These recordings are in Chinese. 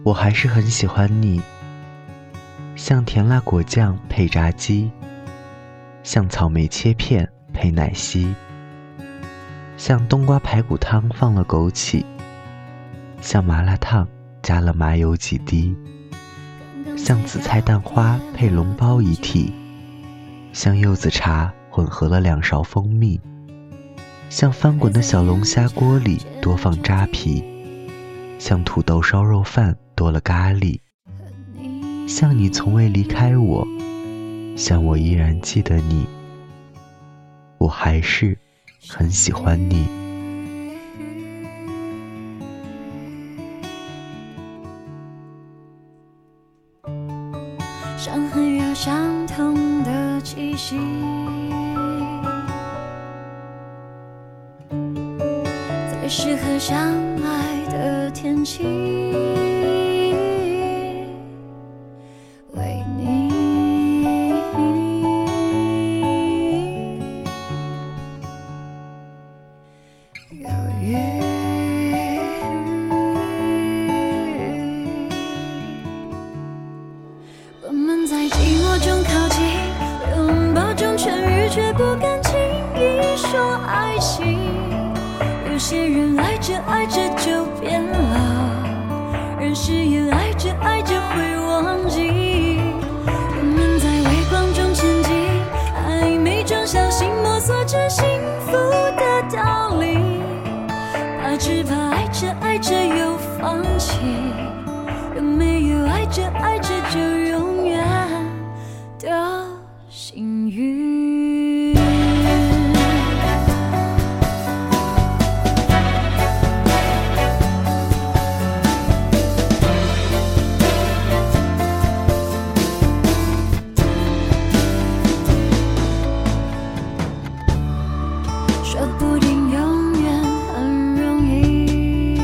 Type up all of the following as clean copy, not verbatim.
我还是很喜欢你，像甜辣果酱配炸鸡，像草莓切片配奶昔，像冬瓜排骨汤放了枸杞，像麻辣烫加了麻油几滴，像紫菜蛋花配笼包一屉，像柚子茶混合了2勺蜂蜜，像翻滚的小龙虾锅里多放扎皮，像土豆烧肉饭多了咖喱，像你从未离开我，像我依然记得你，我还是很喜欢你。 伤痕有相同的气息，在适合相爱的天气，为你犹豫。我们在寂寞中靠近，拥抱中痊愈，却不敢轻易说爱情。有些人爱着爱着就变了，人誓言爱着爱着会忘记。我们在微光中前进，暧昧中小心摸索着幸福的道理，只怕爱着爱着又放弃，有没有爱着爱着就永远的幸运。说不定永远很容易，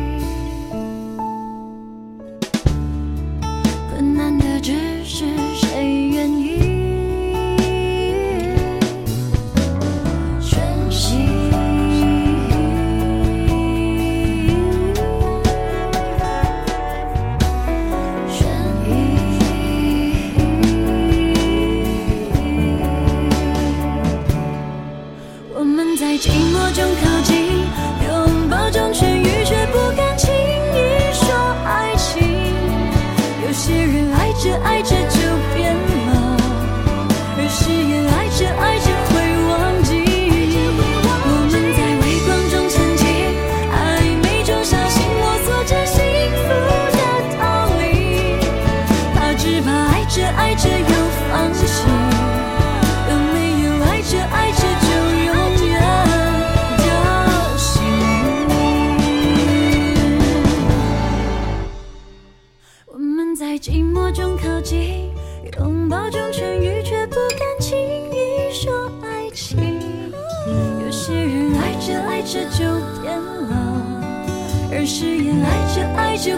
困难的只是谁愿意珍惜。我们在寂寞中靠近，拥抱中痊愈，却不敢轻易说爱情。有些人爱着爱着就变了，而誓言爱着爱着会忘记。我们在微光中前进，暧昧中小心摸索着幸福的道理，只怕爱着爱着又放弃，有没有爱着爱着就永远的幸运。我们在寂寞中靠近，拥抱中痊愈，却不敢轻易说爱情。有些人爱着爱着就变了，而誓言爱着爱着